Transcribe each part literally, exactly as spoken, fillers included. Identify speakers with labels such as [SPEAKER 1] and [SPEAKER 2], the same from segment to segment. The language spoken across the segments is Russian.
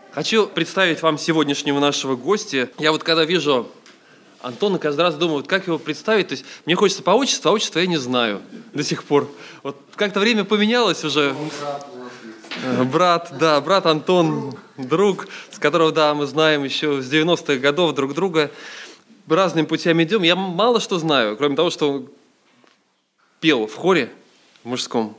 [SPEAKER 1] Хочу представить вам сегодняшнего нашего гостя. Я вот когда вижу Антона, каждый раз думаю, вот как его представить. То есть мне хочется по отчеству, а отчество я не знаю до сих пор. Вот как-то время поменялось уже. Брат, да, брат Антон, друг, с которого, да, мы знаем еще с девяностых годов друг друга. Разными путями идем. Я мало что знаю, кроме того, что он пел в хоре мужском.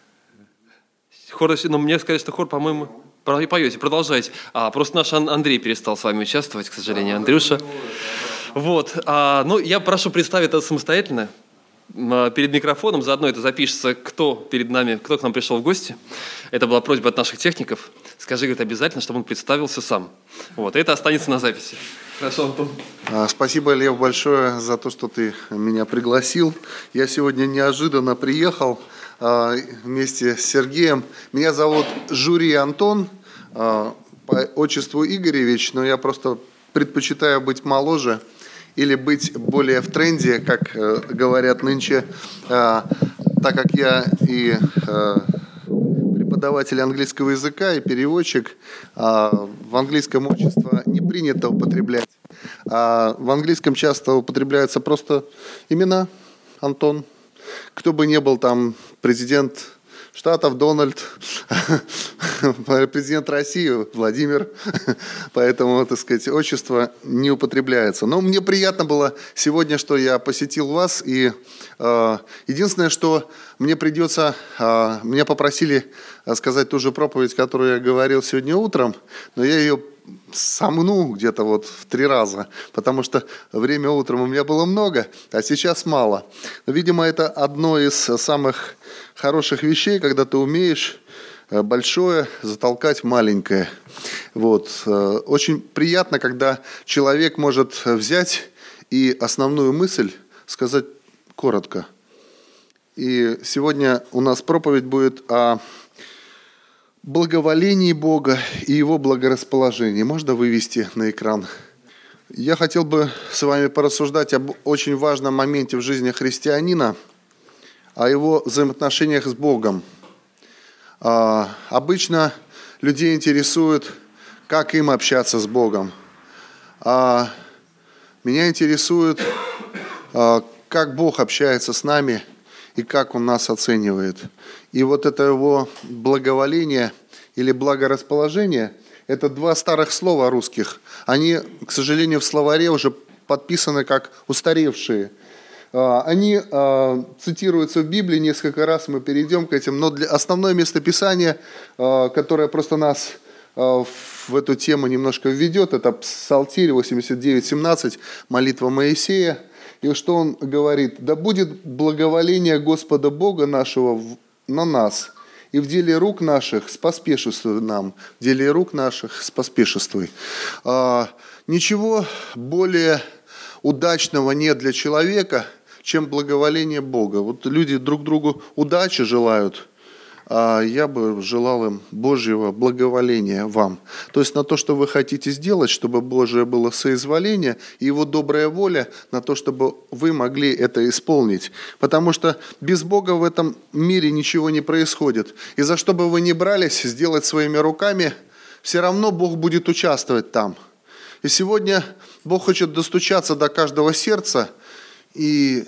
[SPEAKER 1] Хор, ну, мне сказали, что хор, по-моему, поете, продолжайте. А, просто наш Андрей перестал с вами участвовать, к сожалению, Андрюша. Вот, а, ну, я прошу представить это самостоятельно. Перед микрофоном, заодно это запишется, кто перед нами, кто к нам пришел в гости. Это была просьба от наших техников. Скажи, говорит, обязательно, чтобы он представился сам. Вот, и это останется на записи. Хорошо, Антон.
[SPEAKER 2] Спасибо, Лев, большое за то, что ты меня пригласил. Я сегодня неожиданно приехал вместе с Сергеем. Меня зовут Жюри Антон, по отчеству Игоревич, но я просто предпочитаю быть моложе или быть более в тренде, как говорят нынче, так как я и преподаватель английского языка, и переводчик. В английском отчество не принято употреблять. А в английском часто употребляются просто имена Антон. Кто бы ни был там президент Штатов Дональд, президент России Владимир, поэтому, так сказать, отчество не употребляется. Но мне приятно было сегодня, что я посетил вас, и э, единственное, что мне придется, э, меня попросили сказать ту же проповедь, которую я говорил сегодня утром, но я ее сомну где-то вот в три раза, потому что время утром у меня было много, а сейчас мало. Но, видимо, это одно из самых хороших вещей, когда ты умеешь большое затолкать в маленькое. Вот. Очень приятно, когда человек может взять и основную мысль сказать коротко. И сегодня у нас проповедь будет о благоволении Бога и Его благорасположении. Можно вывести на экран? Я хотел бы с вами порассуждать об очень важном моменте в жизни христианина, о его взаимоотношениях с Богом. А, обычно людей интересует, как им общаться с Богом. А меня интересует, а, как Бог общается с нами и как Он нас оценивает. И вот это Его благоволение или благорасположение – это два старых слова русских. Они, к сожалению, в словаре уже подписаны как устаревшие. Они э, цитируются в Библии несколько раз, мы перейдем к этим, но для основное местописание, э, которое просто нас э, в эту тему немножко введет, это Псалтирь восемьдесят девять семнадцать, молитва Моисея. И что он говорит? «Да будет благоволение Господа Бога нашего на нас, и в деле рук наших споспешествуй нам, в деле рук наших споспешествуй». Э, ничего более удачного нет для человека, чем благоволение Бога. Вот люди друг другу удачи желают, а я бы желал им Божьего благоволения вам. То есть на то, что вы хотите сделать, чтобы Божие было соизволение, и Его добрая воля на то, чтобы вы могли это исполнить. Потому что без Бога в этом мире ничего не происходит. И за что бы вы ни брались сделать своими руками, все равно Бог будет участвовать там. И сегодня Бог хочет достучаться до каждого сердца и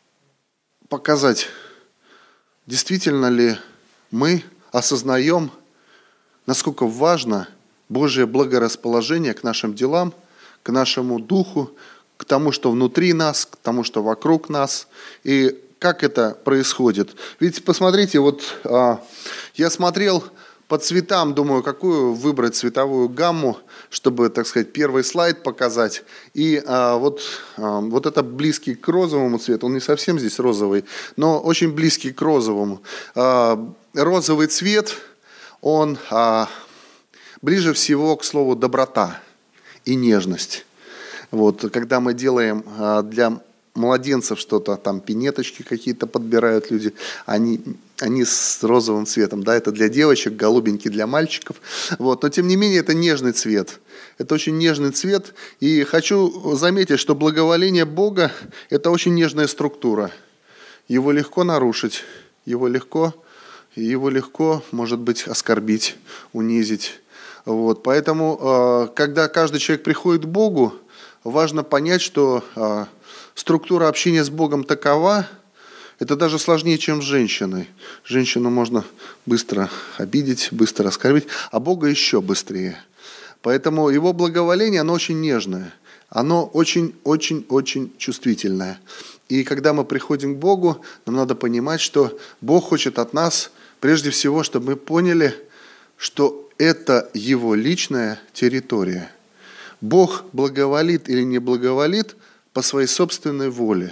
[SPEAKER 2] показать, действительно ли мы осознаем, насколько важно Божье благорасположение к нашим делам, к нашему духу, к тому, что внутри нас, к тому, что вокруг нас, и как это происходит. Ведь посмотрите, вот а, я смотрел по цветам, думаю, какую выбрать цветовую гамму, чтобы, так сказать, первый слайд показать. И а, вот, а, вот это близкий к розовому цвету, он не совсем здесь розовый, но очень близкий к розовому. А, розовый цвет, он а, ближе всего к слову доброта и нежность. Вот, когда мы делаем а, для младенцев что-то, там пинеточки какие-то подбирают люди, они... Они с розовым цветом, да, это для девочек, голубенький для мальчиков. Вот. Но тем не менее это нежный цвет. Это очень нежный цвет. И хочу заметить, что благоволение Бога – это очень нежная структура. Его легко нарушить, его легко, его легко, может быть, оскорбить, унизить. Вот, поэтому, когда каждый человек приходит к Богу, важно понять, что структура общения с Богом такова, это даже сложнее, чем с женщиной. Женщину можно быстро обидеть, быстро оскорбить, а Бога еще быстрее. Поэтому Его благоволение, оно очень нежное, оно очень-очень-очень чувствительное. И когда мы приходим к Богу, нам надо понимать, что Бог хочет от нас, прежде всего, чтобы мы поняли, что это Его личная территория. Бог благоволит или не благоволит по своей собственной воле.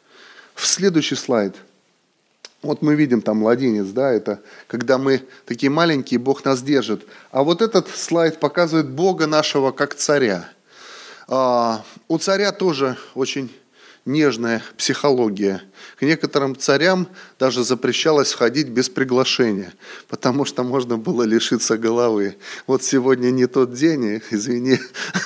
[SPEAKER 2] В следующий слайд. Вот мы видим там младенец, да, это когда мы такие маленькие, Бог нас держит. А вот этот слайд показывает Бога нашего как царя. А, у царя тоже очень нежная психология. К некоторым царям даже запрещалось входить без приглашения, потому что можно было лишиться головы. Вот сегодня не тот день, извини,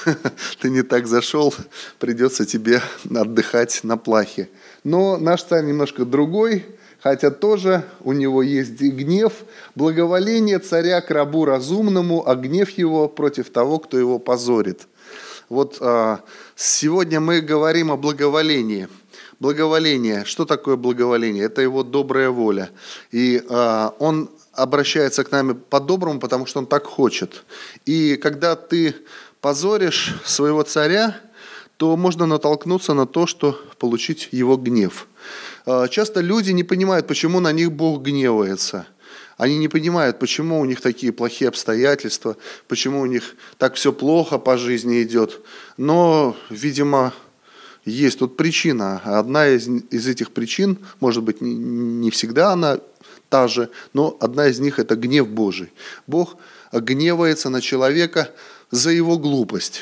[SPEAKER 2] ты не так зашел, придется тебе отдыхать на плахе. Но наш царь немножко другой, хотя тоже у него есть гнев. Благоволение царя к рабу разумному, а гнев его против того, кто его позорит. Вот а, сегодня мы говорим о благоволении. Благоволение. Что такое благоволение? Это его добрая воля. И а, он обращается к нам по-доброму, потому что он так хочет. И когда ты позоришь своего царя, то можно натолкнуться на то, что получить его гнев. А, часто люди не понимают, почему на них Бог гневается. Они не понимают, почему у них такие плохие обстоятельства, почему у них так все плохо по жизни идет. Но, видимо, есть тут причина. Одна из, из этих причин, может быть, не, не всегда она та же, но одна из них – это гнев Божий. Бог гневается на человека за его глупость.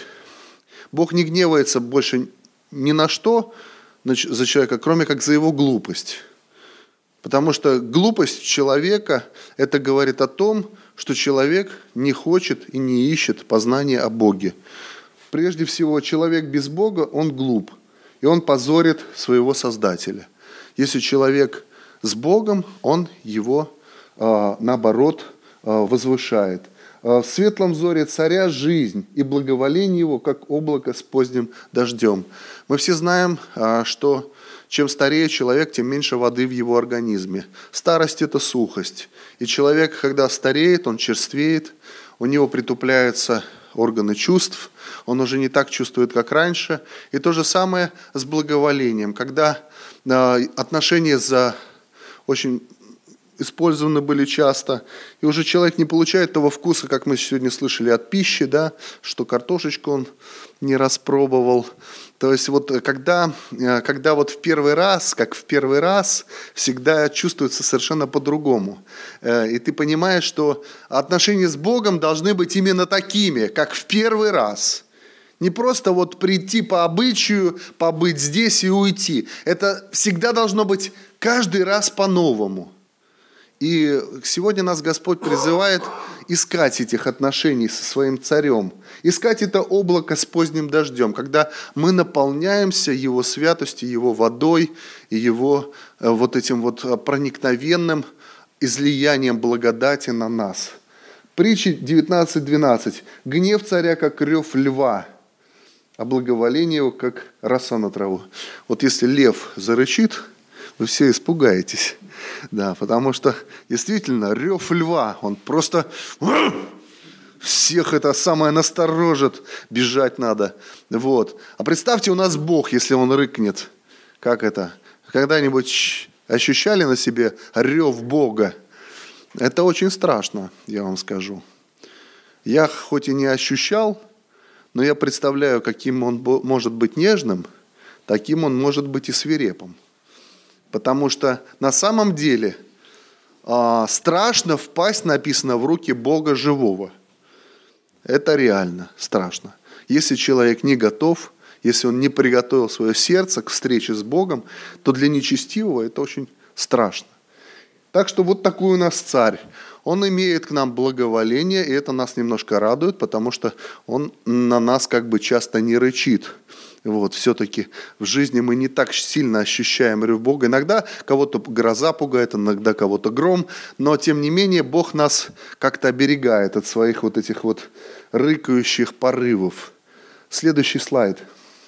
[SPEAKER 2] Бог не гневается больше ни на что за человека, кроме как за его глупость. Потому что глупость человека – это говорит о том, что человек не хочет и не ищет познания о Боге. Прежде всего, человек без Бога, он глуп, и он позорит своего Создателя. Если человек с Богом, он его, наоборот, возвышает. В светлом взоре царя жизнь и благоволение его, как облако с поздним дождем. Мы все знаем, что чем старее человек, тем меньше воды в его организме. Старость – это сухость. И человек, когда стареет, он черствеет, у него притупляются органы чувств, он уже не так чувствует, как раньше. И то же самое с благоволением. Когда отношения за очень использованы были часто, и уже человек не получает того вкуса, как мы сегодня слышали, от пищи, да, что картошечку он не распробовал. То есть вот когда, когда вот в первый раз, как в первый раз, всегда чувствуется совершенно по-другому. И ты понимаешь, что отношения с Богом должны быть именно такими, как в первый раз. Не просто вот прийти по обычаю, побыть здесь и уйти. Это всегда должно быть каждый раз по-новому. И сегодня нас Господь призывает искать этих отношений со своим царем. Искать это облако с поздним дождем, когда мы наполняемся Его святостью, Его водой и Его вот этим вот проникновенным излиянием благодати на нас. Притча девятнадцать двенадцать. Гнев царя, как рев льва, а благоволение его, как роса на траву. Вот если лев зарычит, вы все испугаетесь. Да, потому что действительно рев льва, он просто всех это самое насторожит, бежать надо. Вот. А представьте, у нас Бог, если он рыкнет. Как это? Когда-нибудь ощущали на себе рев Бога? Это очень страшно, я вам скажу. Я хоть и не ощущал, но я представляю, каким он может быть нежным, таким он может быть и свирепым. Потому что на самом деле а, страшно впасть, написано, в руки Бога живого. Это реально страшно. Если человек не готов, если он не приготовил свое сердце к встрече с Богом, то для нечестивого это очень страшно. Так что вот такой у нас царь. Он имеет к нам благоволение, и это нас немножко радует, потому что он на нас как бы часто не рычит. Вот, все-таки в жизни мы не так сильно ощущаем рев Бога. Иногда кого-то гроза пугает, иногда кого-то гром, но тем не менее Бог нас как-то оберегает от своих вот этих вот рыкающих порывов. Следующий слайд.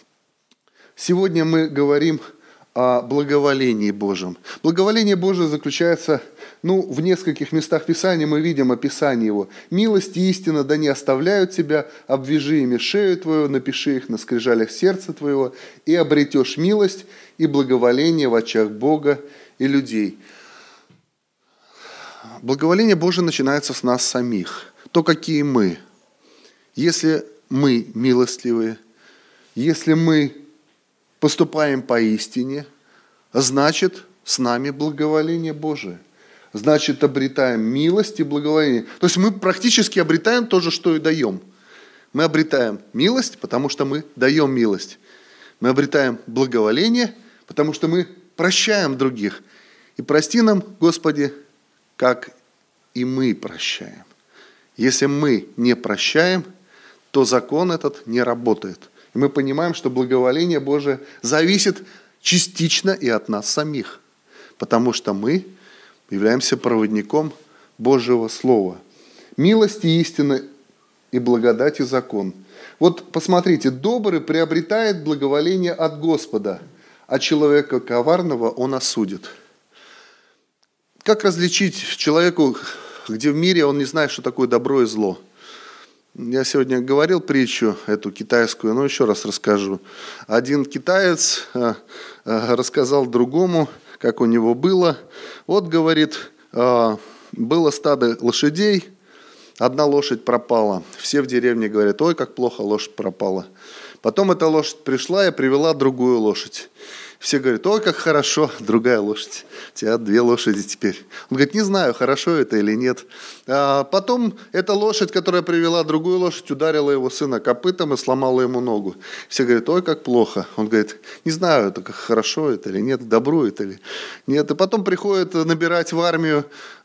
[SPEAKER 2] Сегодня мы говорим о благоволении Божьем. Благоволение Божие заключается, ну, в нескольких местах Писания мы видим описание его. «Милость и истина да не оставляют тебя, обвяжи ими шею твою, напиши их на скрижалях сердца твоего, и обретешь милость и благоволение в очах Бога и людей». Благоволение Божие начинается с нас самих. То, какие мы. Если мы милостливые, если мы поступаем поистине, значит, с нами благоволение Божие. Значит, обретаем милость и благоволение. То есть мы практически обретаем то же, что и даем. Мы обретаем милость, потому что мы даем милость. Мы обретаем благоволение, потому что мы прощаем других. И прости нам, Господи, как и мы прощаем. Если мы не прощаем, то закон этот не работает. И мы понимаем, что благоволение Божие зависит частично и от нас самих, потому что мы являемся проводником Божьего Слова. Милость и истина, и благодать и закон. Вот посмотрите, добрый приобретает благоволение от Господа, а человека коварного он осудит. Как различить человеку, где в мире он не знает, что такое добро и зло? Я сегодня говорил притчу эту китайскую, но еще раз расскажу. Один китаец рассказал другому, как у него было. Вот, говорит, было стадо лошадей, одна лошадь пропала. Все в деревне говорят: ой, как плохо, лошадь пропала. Потом эта лошадь пришла и привела другую лошадь. Все говорят: ой, как хорошо, другая лошадь. У тебя две лошади теперь. Он говорит: не знаю, хорошо это или нет. А потом эта лошадь, которая привела другую лошадь, ударила его сына копытом и сломала ему ногу. Все говорят: ой, как плохо. Он говорит: не знаю, это как хорошо это или нет, добро это или нет. И потом приходит набирать в армию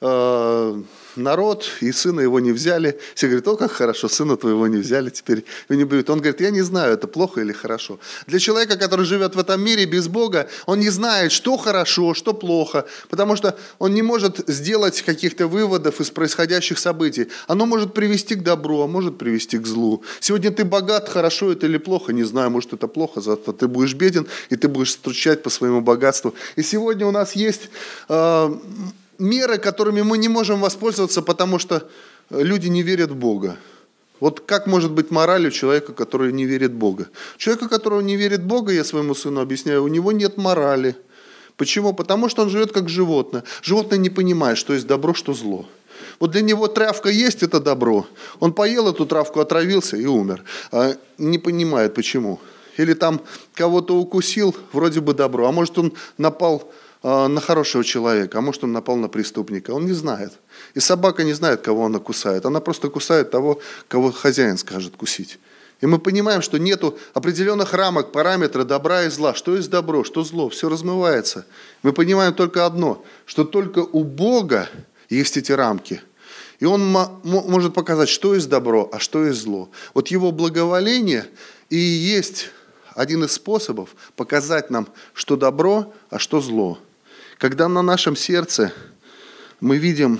[SPEAKER 2] э, народ, и сына его не взяли. Все говорят: о, как хорошо, сына твоего не взяли, теперь его не бьют. Он говорит: я не знаю, это плохо или хорошо. Для человека, который живет в этом мире без Бога, он не знает, что хорошо, что плохо, потому что он не может сделать каких-то выводов из происходящих событий. Оно может привести к добру, а может привести к злу. Сегодня ты богат, хорошо это или плохо, не знаю, может это плохо, зато ты будешь беден, и ты будешь стучать по своему богатству. И сегодня у нас есть э, меры, которыми мы не можем воспользоваться, потому что люди не верят в Бога. Вот как может быть мораль у человека, который не верит в Бога? Человека, которого не верит в Бога, я своему сыну объясняю, у него нет морали. Почему? Потому что он живет как животное. Животное не понимает, что есть добро, что зло. Вот для него травка есть – это добро. Он поел эту травку, отравился и умер. А не понимает, почему. Или там кого-то укусил, вроде бы добро. А может, он напал на хорошего человека, а может, он напал на преступника. Он не знает. И собака не знает, кого она кусает. Она просто кусает того, кого хозяин скажет кусить. И мы понимаем, что нету определенных рамок, параметра добра и зла. Что есть добро, что зло, все размывается. Мы понимаем только одно, что только у Бога есть эти рамки. И Он может показать, что есть добро, а что есть зло. Вот Его благоволение и есть один из способов показать нам, что добро, а что зло. Когда на нашем сердце мы видим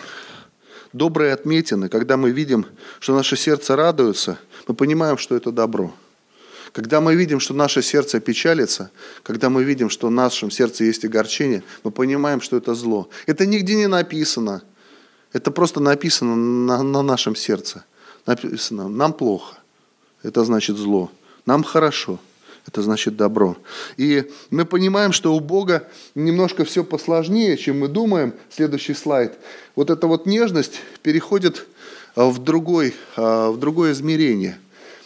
[SPEAKER 2] добрые отметины, когда мы видим, что наше сердце радуется, мы понимаем, что это добро. Когда мы видим, что наше сердце печалится, когда мы видим, что в нашем сердце есть огорчение, мы понимаем, что это зло. Это нигде не написано. Это просто написано на, на нашем сердце. Написано: нам плохо. Это значит зло. Нам хорошо. Это значит добро. И мы понимаем, что у Бога немножко все посложнее, чем мы думаем. Следующий слайд. Вот эта вот нежность переходит в, другой, в другое измерение.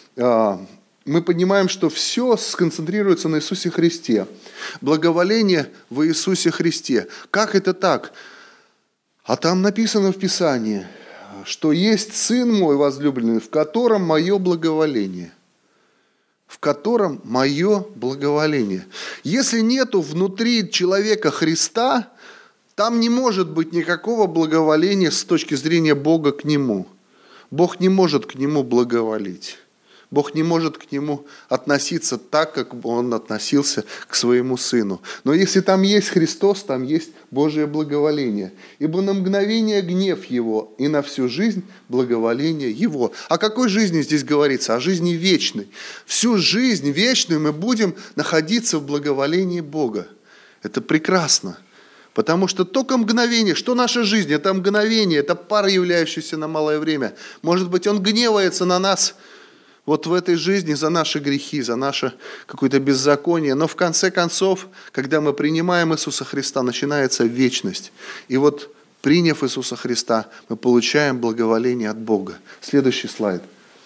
[SPEAKER 2] Мы понимаем, что все сконцентрируется на Иисусе Христе. Благоволение в Иисусе Христе. Как это так? А там написано в Писании, что есть Сын мой возлюбленный, в котором мое благоволение. В котором мое благоволение. Если нету внутри человека Христа, Там не может быть никакого благоволения с точки зрения Бога к нему. Бог не может к нему благоволить. Бог не может к нему относиться так, как он относился к своему сыну. Но если там есть Христос, там есть Божие благоволение. Ибо на мгновение гнев его, и на всю жизнь благоволение его. О какой жизни здесь говорится? О жизни вечной. Всю жизнь вечную мы будем находиться в благоволении Бога. Это прекрасно. Потому что только мгновение, что наша жизнь? Это мгновение, это пара, являющаяся на малое время. Может быть, Он гневается на нас вот в этой жизни за наши грехи, за наше какое-то беззаконие. Но в конце концов, когда мы принимаем Иисуса Христа, начинается вечность. И вот, приняв Иисуса Христа, мы получаем благоволение от Бога. Следующий слайд.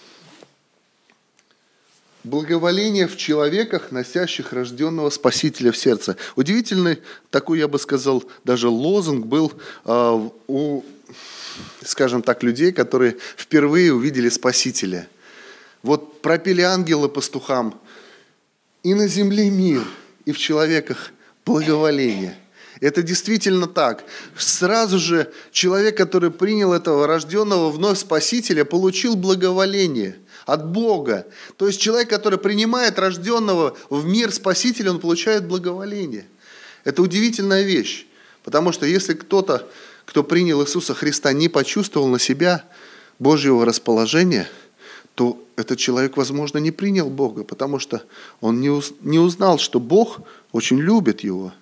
[SPEAKER 2] Благоволение в человеках, носящих рожденного Спасителя в сердце. Удивительный такой, я бы сказал, даже лозунг был э, у, скажем так, людей, которые впервые увидели Спасителя. Вот пропели ангелы пастухам: и на земле мир, и в человеках благоволение. Это действительно так. Сразу же человек, который принял этого рожденного вновь Спасителя, получил благоволение от Бога. То есть человек, который принимает рожденного в мир Спасителя, он получает благоволение. Это удивительная вещь. Потому что если кто-то, кто принял Иисуса Христа, не почувствовал на себя Божьего расположения, то этот человек, возможно, не принял Бога, потому что он не узнал, что Бог очень любит его.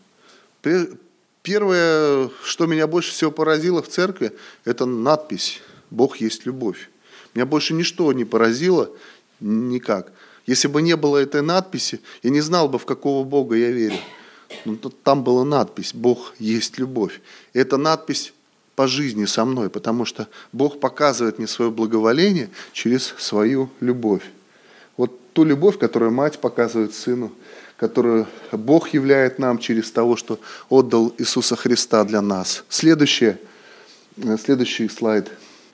[SPEAKER 2] Первое, что меня больше всего поразило в церкви, это надпись «Бог есть любовь». Меня больше ничто не поразило никак. Если бы не было этой надписи, я не знал бы, в какого Бога я верю. Но там была надпись «Бог есть любовь». И эта надпись по жизни со мной, потому что Бог показывает мне свое благоволение через свою любовь. Вот ту любовь, которую мать показывает сыну, которую Бог являет нам через того, что отдал Иисуса Христа для нас. Следующее, следующий слайд.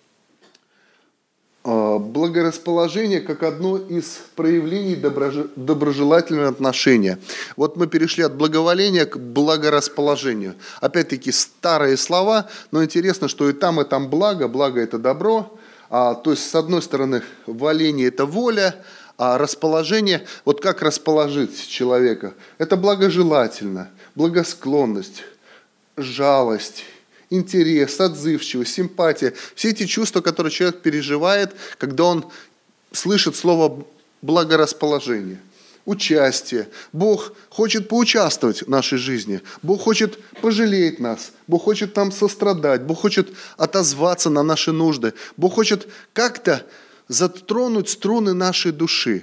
[SPEAKER 2] Благорасположение как одно из проявлений доброжелательного отношения. Вот мы перешли от благоволения к благорасположению. Опять-таки старые слова, но интересно, что и там, и там благо. Благо – это добро. А, то есть, с одной стороны, воление – это воля, а расположение, вот как расположить человека? Это благожелательно, благосклонность, жалость, интерес, отзывчивость, симпатия. Все эти чувства, которые человек переживает, когда он слышит слово благорасположение, участие. Бог хочет поучаствовать в нашей жизни. Бог хочет пожалеть нас. Бог хочет нам сострадать. Бог хочет отозваться на наши нужды. Бог хочет как-то затронуть струны нашей души.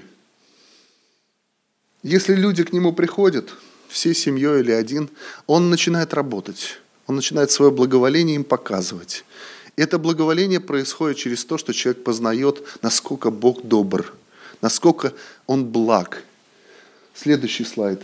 [SPEAKER 2] Если люди к Нему приходят, всей семьей или один, Он начинает работать. Он начинает свое благоволение им показывать. Это благоволение происходит через то, что человек познает, насколько Бог добр, насколько Он благ. Следующий слайд.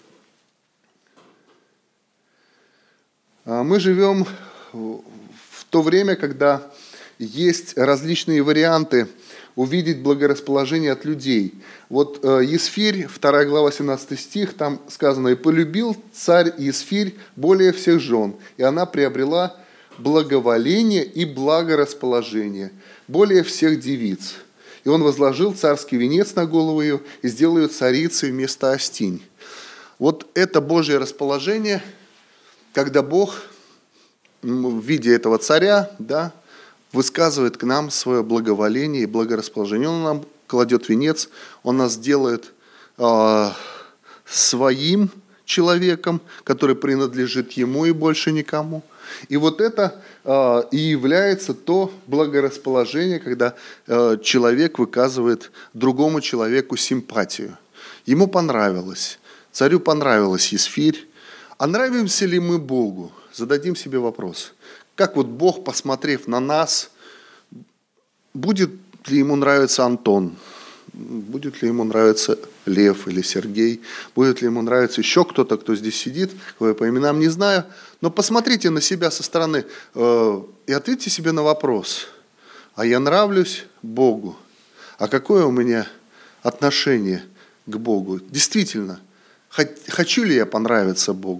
[SPEAKER 2] Мы живем в то время, когда есть различные варианты увидеть благорасположение от людей. Вот Есфирь, вторая глава, семнадцатый стих, там сказано: «И полюбил царь Есфирь более всех жен, и она приобрела благоволение и благорасположение более всех девиц. И он возложил царский венец на голову ее и сделал ее царицей вместо Остинь». Вот это Божье расположение, когда Бог в виде этого царя, да, высказывает к нам свое благоволение и благорасположение. Он нам кладет венец, Он нас делает э, своим человеком, который принадлежит Ему и больше никому. И вот это э, и является то благорасположение, когда э, человек выказывает другому человеку симпатию. Ему понравилось, царю понравилась Есфирь. А нравимся ли мы Богу? Зададим себе вопрос. Как вот Бог, посмотрев на нас, будет ли Ему нравиться Антон? Будет ли Ему нравиться Лев или Сергей? Будет ли Ему нравиться еще кто-то, кто здесь сидит, кого я по именам не знаю? Но посмотрите на себя со стороны э, и ответьте себе на вопрос. А я нравлюсь Богу? А какое у меня отношение к Богу? Действительно, хочу ли я понравиться Богу?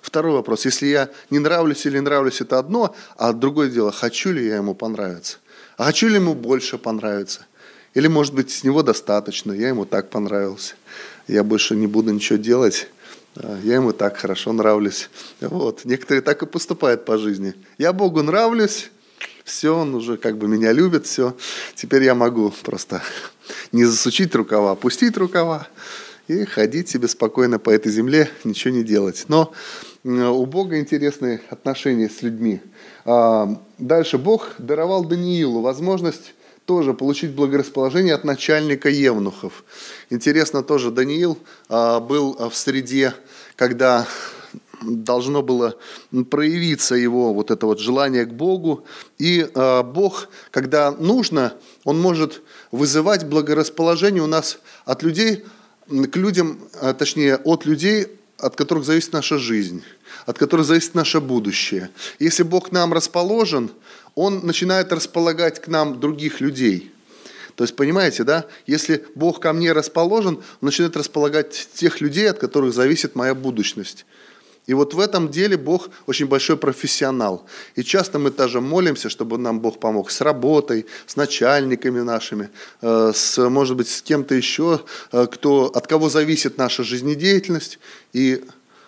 [SPEAKER 2] второй вопрос. Если я не нравлюсь или нравлюсь, это одно, а другое дело, хочу ли я ему понравиться? А хочу ли ему больше понравиться? Или, может быть, с него достаточно, я ему так понравился, я больше не буду ничего делать, я ему так хорошо нравлюсь. Вот. Некоторые так и поступают по жизни. Я Богу нравлюсь, все, он уже как бы меня любит, все. Теперь я могу просто не засучить рукава, опустить рукава и ходить себе спокойно по этой земле, ничего не делать. Но у Бога интересные отношения с людьми. Дальше Бог даровал Даниилу возможность тоже получить благорасположение от начальника евнухов. Интересно тоже, Даниил был в среде, когда должно было проявиться его вот это вот желание к Богу. И э, Бог, когда нужно, Он может вызывать благорасположение у нас от людей, к людям, а, точнее от людей, от которых зависит наша жизнь, от которых зависит наше будущее. Если Бог к нам расположен, Он начинает располагать к нам других людей. То есть, понимаете, да? Если Бог ко мне расположен, Он начинает располагать тех людей, от которых зависит моя будущность. И вот в этом деле Бог очень большой профессионал. И часто мы даже молимся, чтобы нам Бог помог с работой, с начальниками нашими, с, может быть, с кем-то еще, кто, от кого зависит наша жизнедеятельность. И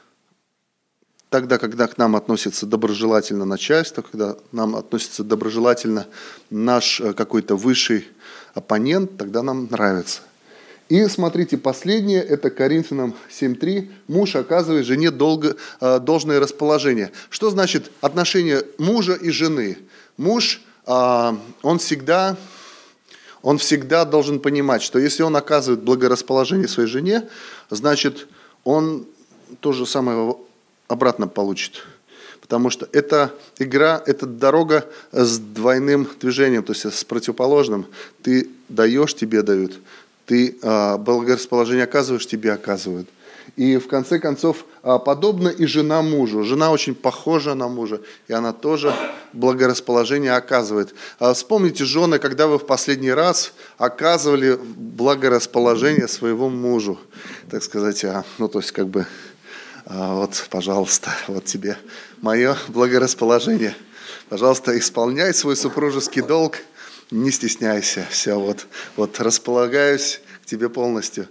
[SPEAKER 2] тогда, когда к нам относится доброжелательно начальство, когда к нам относится доброжелательно наш какой-то высший оппонент, тогда нам нравится. И смотрите, последнее, это Коринфянам семь три. Муж оказывает жене долго, должное расположение. Что значит отношение мужа и жены? Муж, он всегда, он всегда должен понимать, что если он оказывает благорасположение своей жене, значит, он то же самое обратно получит. Потому что это игра, это дорога с двойным движением, то есть с противоположным. Ты даешь, тебе дают. Ты а, благорасположение оказываешь, тебе оказывают. И в конце концов, а, подобно и жена мужу. Жена очень похожа на мужа, и она тоже благорасположение оказывает. А, вспомните, жены, когда вы в последний раз оказывали благорасположение своего мужу. Так сказать, а, ну то есть как бы, а, вот, пожалуйста, вот тебе мое благорасположение. Пожалуйста, исполняй свой супружеский долг. Не стесняйся, все, вот, вот располагаюсь к тебе полностью.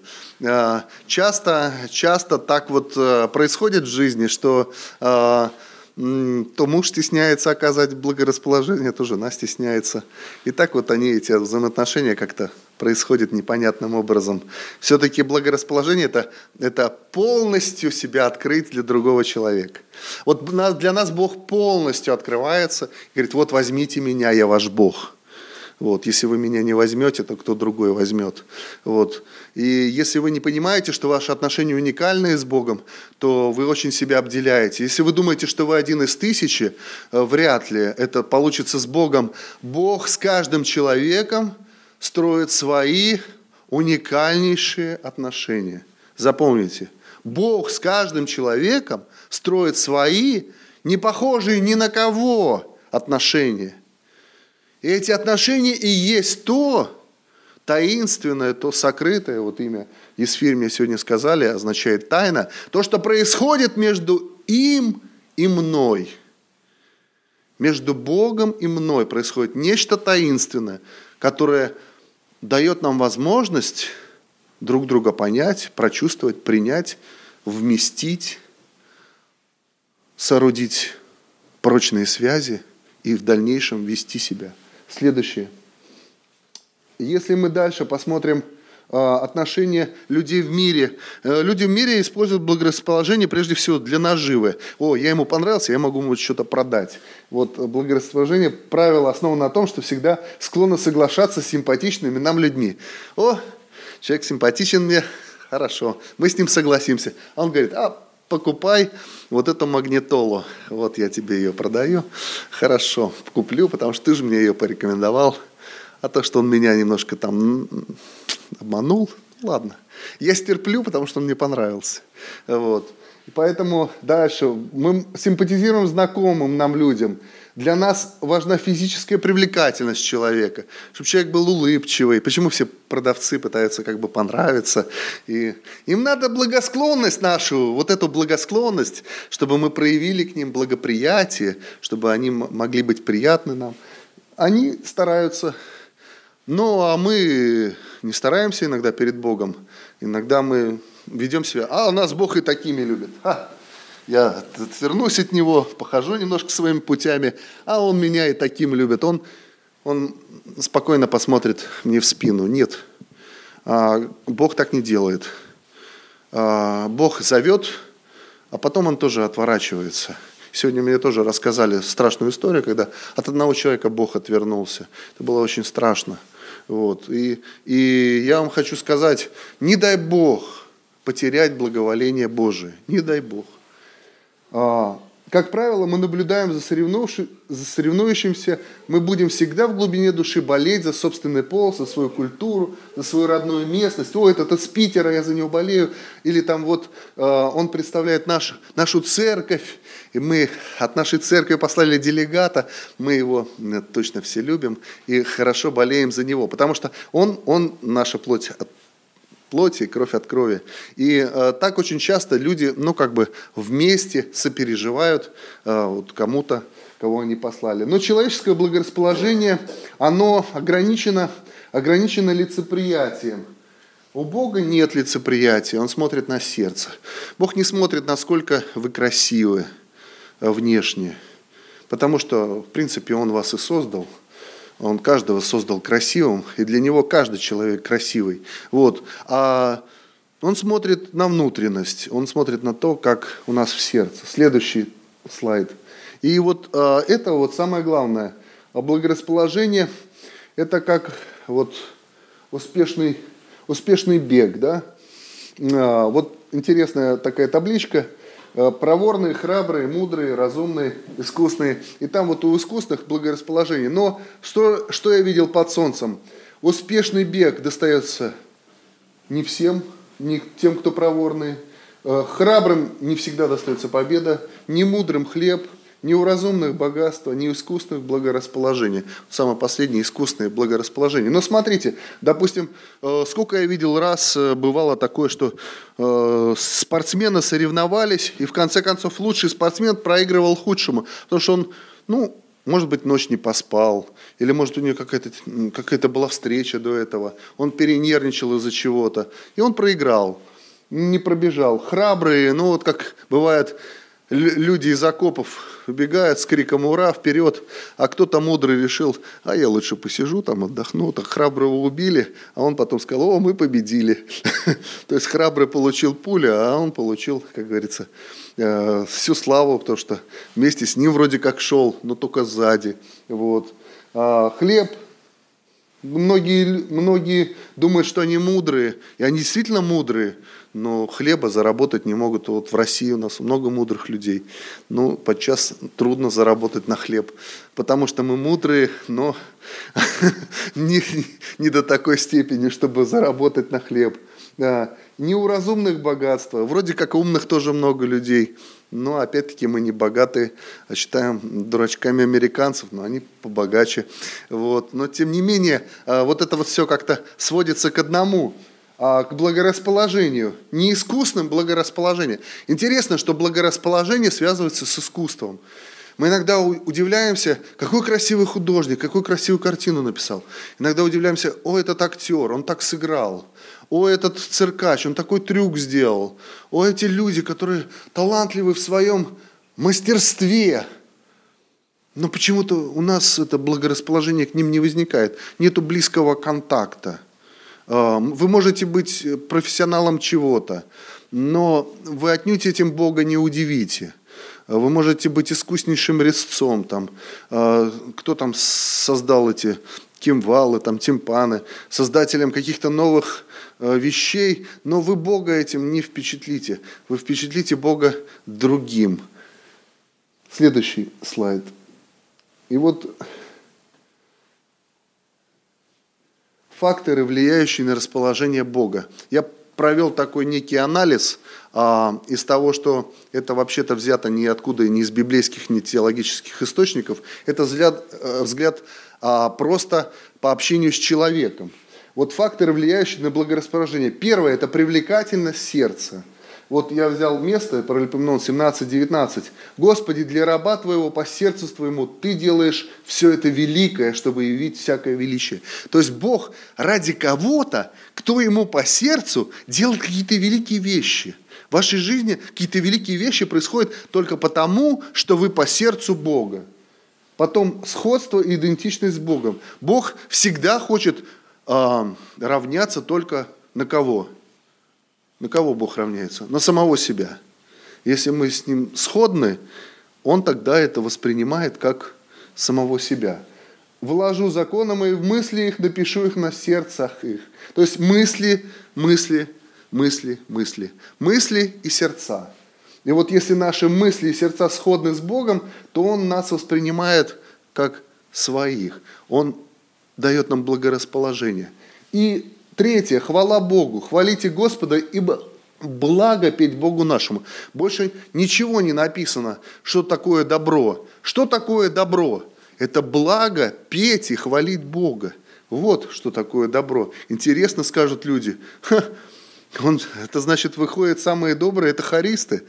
[SPEAKER 2] Часто, часто так вот происходит в жизни, что то муж стесняется оказать благорасположение, то жена стесняется. И так вот они, эти взаимоотношения как-то происходят непонятным образом. Все-таки благорасположение это, это полностью себя открыть для другого человека. Вот для нас Бог полностью открывается и говорит, вот возьмите меня, я ваш Бог. Вот, если вы меня не возьмете, то кто другой возьмет. Вот. И если вы не понимаете, что ваши отношения уникальные с Богом, то вы очень себя обделяете. Если вы думаете, что вы один из тысячи, вряд ли это получится с Богом. Бог с каждым человеком строит свои уникальнейшие отношения. Запомните, Бог с каждым человеком строит свои, не похожие ни на кого отношения. И эти отношения и есть то таинственное, то сокрытое, вот имя Есфирь мне сегодня сказали, означает тайна, то, что происходит между им и мной. Между Богом и мной происходит нечто таинственное, которое дает нам возможность друг друга понять, прочувствовать, принять, вместить, соорудить прочные связи и в дальнейшем вести себя. Следующее. Если мы дальше посмотрим отношения людей в мире. Люди в мире используют благорасположение прежде всего для наживы. О, я ему понравился, я могу ему что-то продать. Вот благорасположение, правило основано на том, что всегда склонны соглашаться с симпатичными нам людьми. О, человек симпатичен мне, хорошо, мы с ним согласимся. А он говорит, а покупай вот эту магнитолу, вот я тебе ее продаю, хорошо, куплю, потому что ты же мне ее порекомендовал, а то, что он меня немножко там обманул, ладно, я стерплю, потому что он мне понравился, вот. И поэтому дальше мы симпатизируем знакомым нам людям. Для нас важна физическая привлекательность человека, чтобы человек был улыбчивый. Почему все продавцы пытаются как бы понравиться? И им надо благосклонность нашу, вот эту благосклонность, чтобы мы проявили к ним благоприятие, чтобы они могли быть приятны нам. Они стараются. Ну, а мы не стараемся иногда перед Богом. Иногда мы ведем себя, а нас Бог и такими любит. Ха! Я отвернусь от Него, похожу немножко своими путями, а Он меня и таким любит. Он, он спокойно посмотрит мне в спину. Нет, а, Бог так не делает. А, Бог зовет, а потом Он тоже отворачивается. Сегодня мне тоже рассказали страшную историю, когда от одного человека Бог отвернулся. Это было очень страшно. Вот. И, и я вам хочу сказать, не дай Бог потерять благоволение Божие. Не дай Бог. А, как правило, мы наблюдаем за, соревнующим, за соревнующимся, мы будем всегда в глубине души болеть за собственный пол, за свою культуру, за свою родную местность. Ой, этот из Питера, я за него болею. Или там вот а, он представляет наш, нашу церковь, и мы от нашей церкви послали делегата, мы его точно все любим и хорошо болеем за него, потому что он, он наша плоть от плоти, кровь от крови. И э, так очень часто люди, ну, как бы вместе сопереживают э, вот кому-то, кого они послали. Но человеческое благорасположение, оно ограничено, ограничено лицеприятием. У Бога нет лицеприятия, Он смотрит на сердце. Бог не смотрит, насколько вы красивы э, внешне, потому что, в принципе, Он вас и создал. Он каждого создал красивым, и для него каждый человек красивый. Вот. А он смотрит на внутренность, он смотрит на то, как у нас в сердце. Следующий слайд. И вот а, это вот самое главное. А благорасположение – это как вот успешный, успешный бег. Да? А, вот интересная такая табличка. Проворные, храбрые, мудрые, разумные, искусные. И там вот у искусных благорасположение. Но что, что я видел под солнцем? Успешный бег достается не всем, не тем, кто проворный. Храбрым не всегда достается победа. Не мудрым хлеб, не у разумных богатство, не у искусных благорасположение. Самое последнее искусное благорасположение. Но смотрите, допустим, сколько я видел раз, бывало такое, что спортсмены соревновались, и в конце концов лучший спортсмен проигрывал худшему, потому что он, ну, может быть, ночь не поспал, или, может, у него какая-то, какая-то была встреча до этого, он перенервничал из-за чего-то, и он проиграл, не пробежал. Храбрые, ну, вот как бывает, люди из окопов убегают с криком «Ура!» вперед, а кто-то мудрый решил, а я лучше посижу там, отдохну. Так храброго убили, а он потом сказал, о, мы победили. То есть храбрый получил пулю, а он получил, как говорится, всю славу, потому что вместе с ним вроде как шел, но только сзади. Вот. А хлеб. Многие, многие думают, что они мудрые, и они действительно мудрые, но хлеба заработать не могут. Вот в России у нас много мудрых людей, но подчас трудно заработать на хлеб, потому что мы мудрые, но не, не до такой степени, чтобы заработать на хлеб. Да. Не у разумных богатства, вроде как умных тоже много людей, но опять-таки мы не богатые, а считаем дурачками американцев, но они побогаче. Вот. Но тем не менее, вот это вот все как-то сводится к одному, к благорасположению, не искусным благорасположением. Интересно, что благорасположение связывается с искусством. Мы иногда удивляемся, какой красивый художник, какую красивую картину написал. Иногда удивляемся, о, этот актер, он так сыграл. О, этот циркач, он такой трюк сделал. О, эти люди, которые талантливы в своем мастерстве. Но почему-то у нас это благорасположение к ним не возникает. Нету близкого контакта. Вы можете быть профессионалом чего-то, но вы отнюдь этим Бога не удивите. Вы можете быть искуснейшим резцом. Там, кто там создал эти кимвалы, там, тимпаны, создателем каких-то новых вещей, но вы Бога этим не впечатлите. Вы впечатлите Бога другим. Следующий слайд. И вот факторы, влияющие на расположение Бога. Я провел такой некий анализ а, из того, что это вообще-то взято ниоткуда, ни из библейских, ни теологических источников. Это взгляд, взгляд а, просто по общению с человеком. Вот факторы, влияющие на благорасположение. Первое – это привлекательность сердца. Вот я взял место, Паралипоменон семнадцать девятнадцать. «Господи, для раба Твоего по сердцу Твоему Ты делаешь все это великое, чтобы явить всякое величие». То есть Бог ради кого-то, кто Ему по сердцу, делает какие-то великие вещи. В вашей жизни какие-то великие вещи происходят только потому, что вы по сердцу Бога. Потом сходство и идентичность с Богом. Бог всегда хочет э, равняться только на кого? На кого Бог равняется? На самого себя. Если мы с Ним сходны, Он тогда это воспринимает как самого себя. «Вложу законы мои в мысли их, напишу их на сердцах их». То есть мысли, мысли, мысли, мысли. Мысли и сердца. И вот если наши мысли и сердца сходны с Богом, то Он нас воспринимает как своих. Он дает нам благорасположение. И третье, хвала Богу. Хвалите Господа, ибо благо петь Богу нашему. Больше ничего не написано, что такое добро. Что такое добро? Это благо петь и хвалить Бога. Вот что такое добро. Интересно, скажут люди. Ха, он, это значит, выходят самые добрые, это хористы.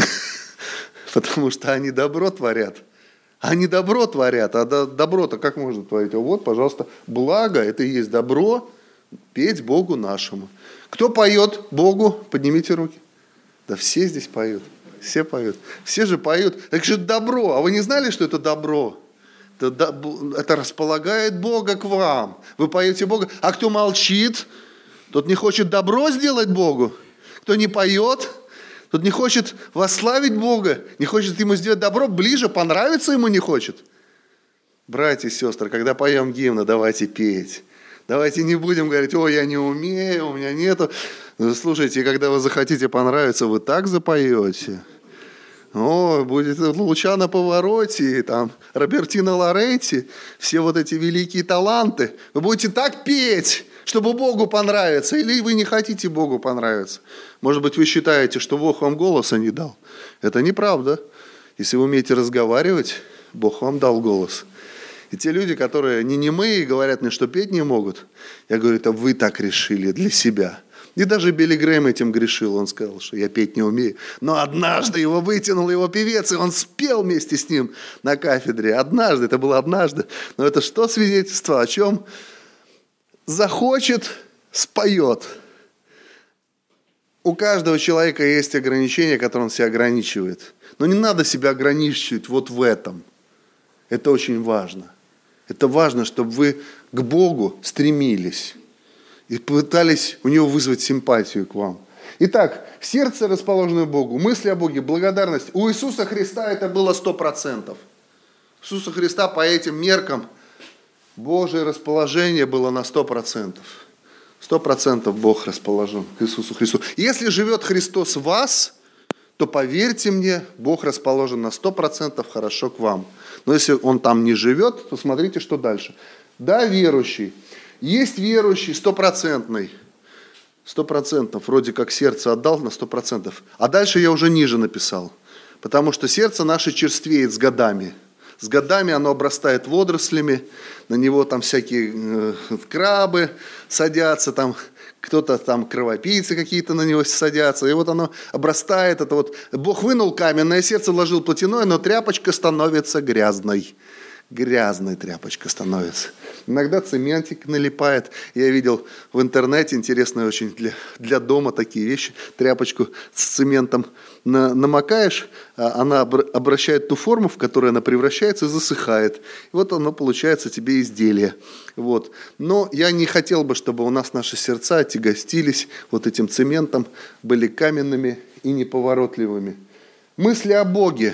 [SPEAKER 2] Потому что они добро творят. Они добро творят. А добро-то как можно творить? А вот, пожалуйста, благо, это и есть добро. Петь Богу нашему. Кто поет Богу? Поднимите руки. Да все здесь поют. Все поют. Все же поют. Так же добро. А вы не знали, что это добро? Это, это располагает Бога к вам. Вы поете Бога. А кто молчит, тот не хочет добро сделать Богу. Кто не поет, тот не хочет восславить Бога. Не хочет Ему сделать добро. Ближе понравиться Ему не хочет. Братья и сестры, когда поем гимны, давайте петь. Давайте не будем говорить: о, я не умею, у меня нету. Слушайте, когда вы захотите понравиться, вы так запоете. О, будет Лучано Паваротти, там, Робертино Лоретти, все вот эти великие таланты. Вы будете так петь, чтобы Богу понравиться, или вы не хотите Богу понравиться. Может быть, вы считаете, что Бог вам голоса не дал. Это неправда. Если вы умеете разговаривать, Бог вам дал голос. И те люди, которые не немые, говорят мне, что петь не могут, я говорю: это вы так решили для себя. И даже Билли Грэм этим грешил. Он сказал, что я петь не умею. Но однажды его вытянул его певец, и он спел вместе с ним на кафедре. Однажды, это было однажды. Но это что свидетельство? О чем? Захочет, споет. У каждого человека есть ограничения, которые он себя ограничивает. Но не надо себя ограничивать вот в этом. Это очень важно. Это важно, чтобы вы к Богу стремились и пытались у Него вызвать симпатию к вам. Итак, сердце расположено к Богу, мысли о Боге, благодарность. У Иисуса Христа это было сто процентов. У Иисуса Христа по этим меркам Божие расположение было на сто процентов. Сто процентов Бог расположен к Иисусу Христу. Если живет Христос в вас, то поверьте мне, Бог расположен на сто процентов хорошо к вам. Но если Он там не живет, то смотрите, что дальше. Да, верующий. Есть верующий стопроцентный. Сто процентов. Вроде как сердце отдал на сто процентов. А дальше я уже ниже написал. Потому что сердце наше черствеет с годами. С годами оно обрастает водорослями. На него там всякие э, крабы садятся, там кто-то там кровопийцы какие-то на него садятся. И вот оно обрастает. Это вот Бог вынул каменное сердце, вложил плотяное, но тряпочка становится грязной. Грязная тряпочка становится. Иногда цементик налипает. Я видел в интернете, интересные очень для, для дома такие вещи. Тряпочку с цементом на, намокаешь, она обращает ту форму, в которую она превращается, и засыхает. И вот оно получается тебе изделие. Вот. Но я не хотел бы, чтобы у нас наши сердца отягостились вот этим цементом, были каменными и неповоротливыми. Мысли о Боге.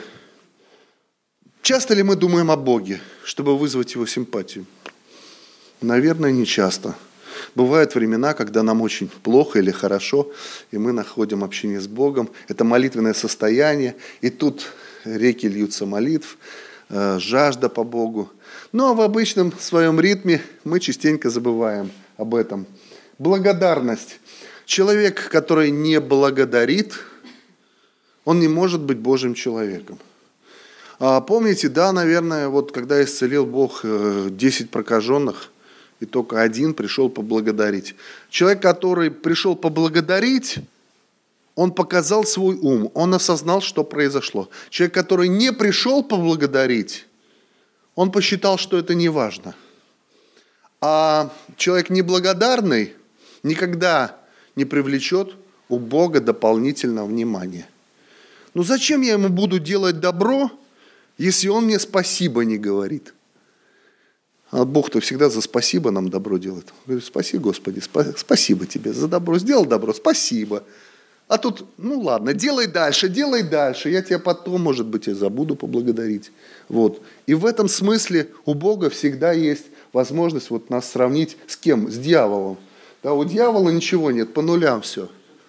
[SPEAKER 2] Часто ли мы думаем о Боге, чтобы вызвать Его симпатию? Наверное, не часто. Бывают времена, когда нам очень плохо или хорошо, и мы находим общение с Богом. Это молитвенное состояние, и тут реки льются молитв, жажда по Богу. Но в обычном своем ритме мы частенько забываем об этом. Благодарность. Человек, который не благодарит, он не может быть Божьим человеком. А помните, да, наверное, вот когда исцелил Бог десять прокаженных, и только один пришел поблагодарить. Человек, который пришел поблагодарить, он показал свой ум, он осознал, что произошло. Человек, который не пришел поблагодарить, он посчитал, что это не важно. А человек неблагодарный никогда не привлечет у Бога дополнительного внимания. Ну зачем я ему буду делать добро, если он мне спасибо не говорит? А Бог-то всегда за спасибо нам добро делает. Говорит, спаси, Господи, спасибо тебе за добро. Сделал добро, спасибо. А тут, ну ладно, делай дальше, делай дальше. Я тебя потом, может быть, и забуду поблагодарить. Вот. И в этом смысле у Бога всегда есть возможность вот нас сравнить с кем? С дьяволом. Да, у дьявола ничего нет, по нулям все.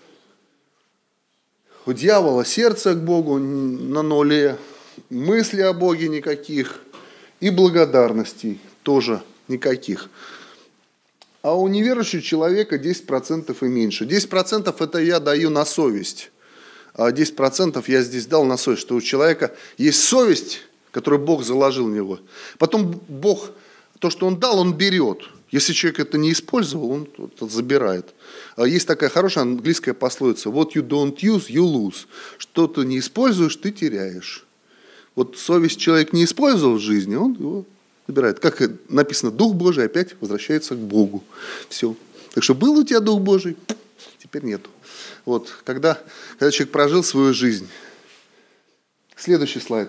[SPEAKER 2] У дьявола сердце к Богу на нуле, мысли о Боге никаких и благодарностей тоже никаких. А у неверующего человека десять процентов и меньше. десять процентов это я даю на совесть. А десять процентов я здесь дал на совесть, что у человека есть совесть, которую Бог заложил в него. Потом Бог, то, что Он дал, Он берет. Если человек это не использовал, он это забирает. Есть такая хорошая английская пословица: what you don't use, you lose. Что ты не используешь, ты теряешь. Вот совесть человек не использовал в жизни, он его забирает. Как написано, Дух Божий опять возвращается к Богу. Все. Так что был у тебя Дух Божий, теперь нету. Вот. Когда, когда человек прожил свою жизнь. Следующий слайд.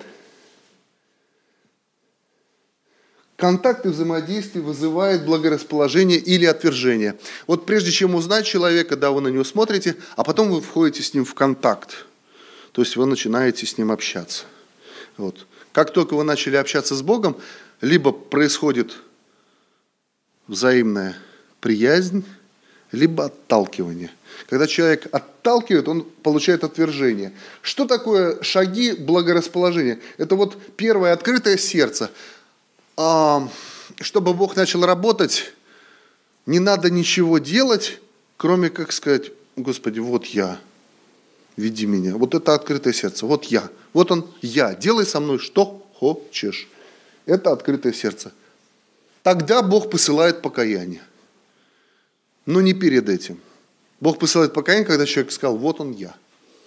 [SPEAKER 2] Контакт и взаимодействие вызывает благорасположение или отвержение. Вот прежде чем узнать человека, да, вы на него смотрите, а потом вы входите с ним в контакт. То есть вы начинаете с ним общаться. Вот. Как только вы начали общаться с Богом, либо происходит взаимная приязнь, либо отталкивание. Когда человек отталкивает, он получает отвержение. Что такое шаги благорасположения? Это вот первое открытое сердце. А, чтобы Бог начал работать, не надо ничего делать, кроме как сказать: Господи, вот я, веди меня. Вот это открытое сердце, вот я. Вот он, я. Делай со мной что хочешь. Это открытое сердце. Тогда Бог посылает покаяние. Но не перед этим. Бог посылает покаяние, когда человек сказал: вот он я.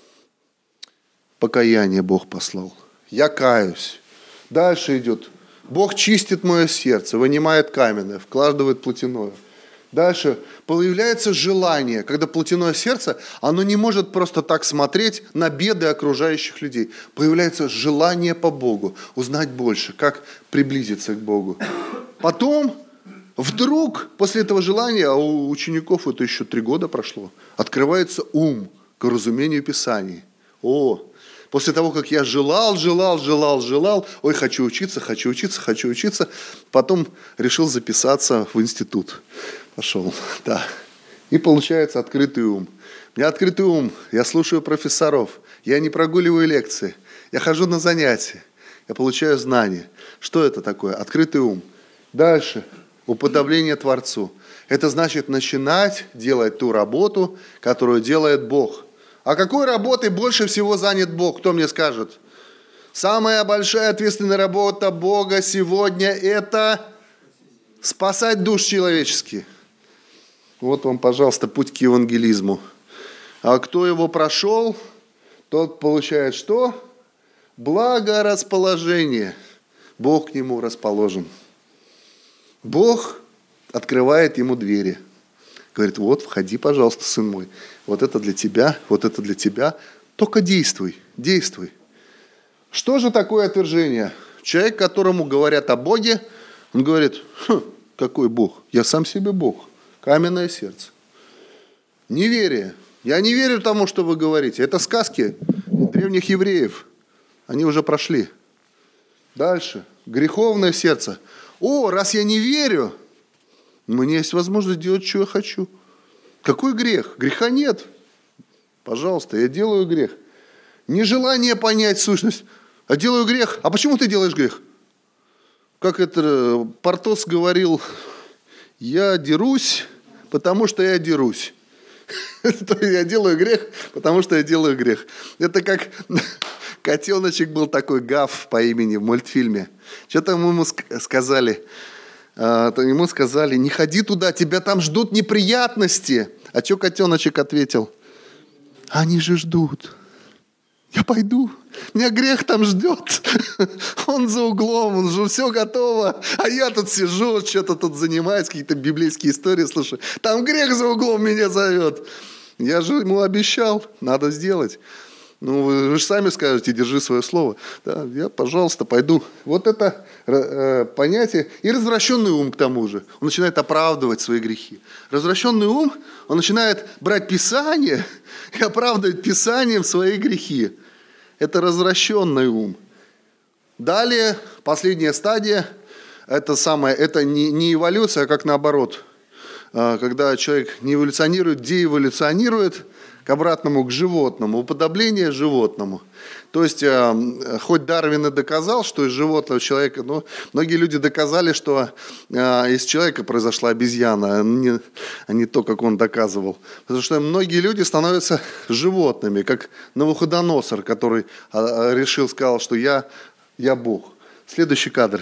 [SPEAKER 2] Покаяние Бог послал. Я каюсь. Дальше идет. Бог чистит мое сердце, вынимает каменное, вкладывает плотяное. Дальше появляется желание, когда плотяное сердце, оно не может просто так смотреть на беды окружающих людей. Появляется желание по Богу, узнать больше, как приблизиться к Богу. Потом, вдруг, после этого желания, а у учеников это еще три года прошло, открывается ум к разумению Писаний. О, после того, как я желал, желал, желал, желал, ой, хочу учиться, хочу учиться, хочу учиться, потом решил записаться в институт. Пошел, да. И получается открытый ум. У меня открытый ум, я слушаю профессоров, я не прогуливаю лекции, я хожу на занятия, я получаю знания. Что это такое? Открытый ум. Дальше, уподобление Творцу. Это значит начинать делать ту работу, которую делает Бог. А какой работой больше всего занят Бог? Кто мне скажет? Самая большая ответственная работа Бога сегодня – это спасать душ человеческие. Вот вам, пожалуйста, путь к евангелизму. А кто его прошел, тот получает что? Благорасположение. Бог к нему расположен. Бог открывает ему двери. Говорит: вот, входи, пожалуйста, сын мой. Вот это для тебя, вот это для тебя. Только действуй, действуй. Что же такое отвержение? Человек, которому говорят о Боге, он говорит: хм, какой Бог? Я сам себе Бог. Каменное сердце. Неверие. Я не верю тому, что вы говорите. Это сказки древних евреев. Они уже прошли. Дальше. Греховное сердце. О, раз я не верю, у меня есть возможность делать, что я хочу. Какой грех? Греха нет. Пожалуйста, я делаю грех. Нежелание понять сущность. А делаю грех. А почему ты делаешь грех? Как это Портос говорил: я дерусь, потому что я дерусь. Я делаю грех, потому что я делаю грех. Это как котеночек был такой, Гав по имени в мультфильме. Что-то ему сказали, ему сказали, не ходи туда, тебя там ждут неприятности. А что котеночек ответил? Они же ждут. Я пойду, меня грех там ждет. Он за углом, он же все готово. А я тут сижу, что-то тут занимаюсь, какие-то библейские истории слушаю. Там грех за углом меня зовет. Я же ему обещал, надо сделать. Ну, вы, вы же сами скажете, держи свое слово. Да, я, пожалуйста, пойду. Вот это э, понятие. И развращенный ум к тому же. Он начинает оправдывать свои грехи. Развращенный ум, он начинает брать Писание и оправдывать Писанием свои грехи. Это развращенный ум. Далее, последняя стадия, это, самое, это не, не эволюция, а как наоборот. Когда человек не эволюционирует, деэволюционирует к обратному, к животному, уподобление животному. То есть, хоть Дарвин и доказал, что из животного человека, но многие люди доказали, что из человека произошла обезьяна, а не, а не то, как он доказывал. Потому что многие люди становятся животными, как Навуходоносор, который решил, сказал, что я, я Бог. Следующий кадр.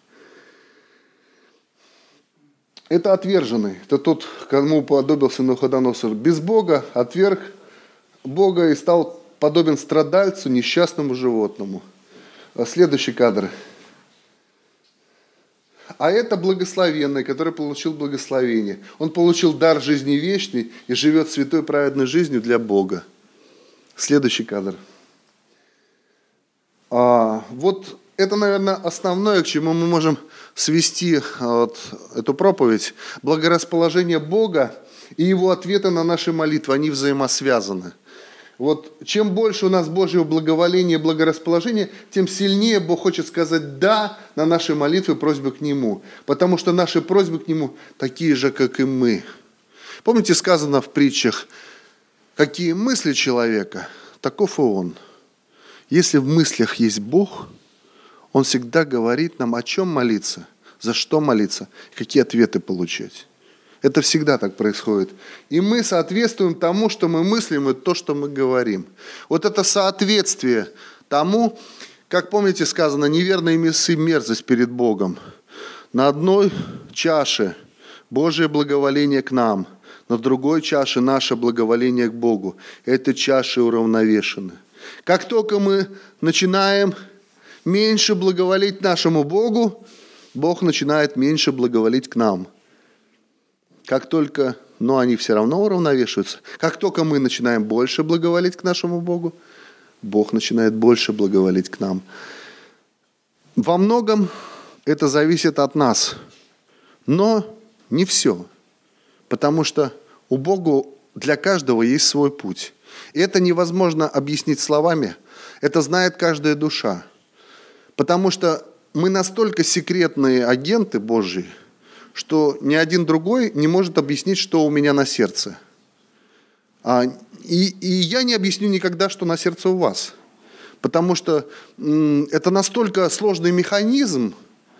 [SPEAKER 2] Это отверженный, это тот, кому уподобился Навуходоносор. Без Бога отверг Бога и стал подобен страдальцу, несчастному животному. Следующий кадр. А это благословенный, который получил благословение. Он получил дар жизни вечной и живет святой праведной жизнью для Бога. Следующий кадр. А, вот это, наверное, основное, к чему мы можем свести вот эту проповедь. Благорасположение Бога и Его ответы на наши молитвы, они взаимосвязаны. Вот чем больше у нас Божьего благоволения и благорасположения, тем сильнее Бог хочет сказать «да» на наши молитвы, просьбы к Нему. Потому что наши просьбы к Нему такие же, как и мы. Помните, сказано в притчах, какие мысли человека, таков и он. Если в мыслях есть Бог, Он всегда говорит нам, о чем молиться, за что молиться, какие ответы получать. Это всегда так происходит. И мы соответствуем тому, что мы мыслим, и то, что мы говорим. Вот это соответствие тому, как, помните, сказано, неверные мясы мерзость перед Богом. На одной чаше Божье благоволение к нам, на другой чаше наше благоволение к Богу. Эти чаши уравновешены. Как только мы начинаем меньше благоволить нашему Богу, Бог начинает меньше благоволить к нам. Как только, но они все равно уравновешиваются. Как только мы начинаем больше благоволить к нашему Богу, Бог начинает больше благоволить к нам. Во многом это зависит от нас, но не все. Потому что у Бога для каждого есть свой путь. И это невозможно объяснить словами, это знает каждая душа. Потому что мы настолько секретные агенты Божьи, что ни один другой не может объяснить, что у меня на сердце. А, и, и я не объясню никогда, что на сердце у вас. Потому что м, это настолько сложный механизм,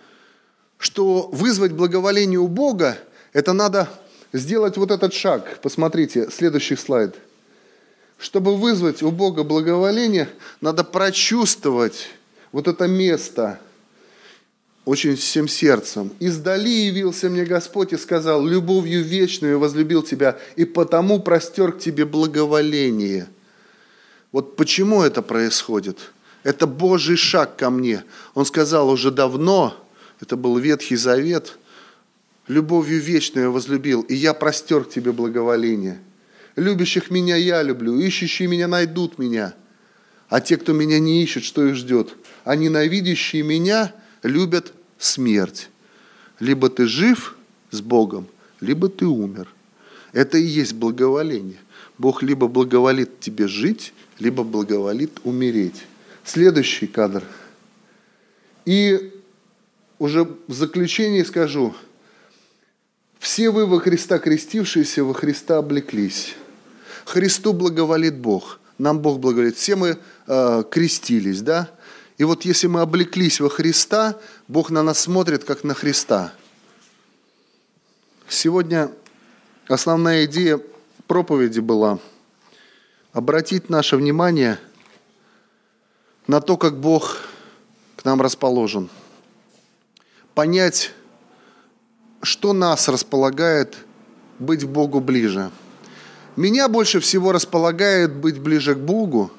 [SPEAKER 2] что вызвать благоволение у Бога, это надо сделать вот этот шаг. Посмотрите, следующий слайд. Чтобы вызвать у Бога благоволение, надо прочувствовать вот это место очень всем сердцем. «Издали явился мне Господь и сказал, любовью вечную возлюбил тебя, и потому простер к тебе благоволение». Вот почему это происходит? Это Божий шаг ко мне. Он сказал уже давно, это был Ветхий Завет, «любовью вечную возлюбил, и я простер к тебе благоволение». «Любящих меня я люблю, ищущие меня найдут меня». А те, кто меня не ищет, что их ждет? А ненавидящие меня любят смерть. Либо ты жив с Богом, либо ты умер. Это и есть благоволение. Бог либо благоволит тебе жить, либо благоволит умереть. Следующий кадр. И уже в заключении скажу, все вы во Христа крестившиеся, во Христа облеклись. Христу благоволит Бог. Нам Бог благоволит. Все мы э, крестились, да? И вот если мы облеклись во Христа, Бог на нас смотрит, как на Христа. Сегодня основная идея проповеди была обратить наше внимание на то, как Бог к нам расположен. Понять, что нас располагает быть к Богу ближе. Меня больше всего располагает быть ближе к Богу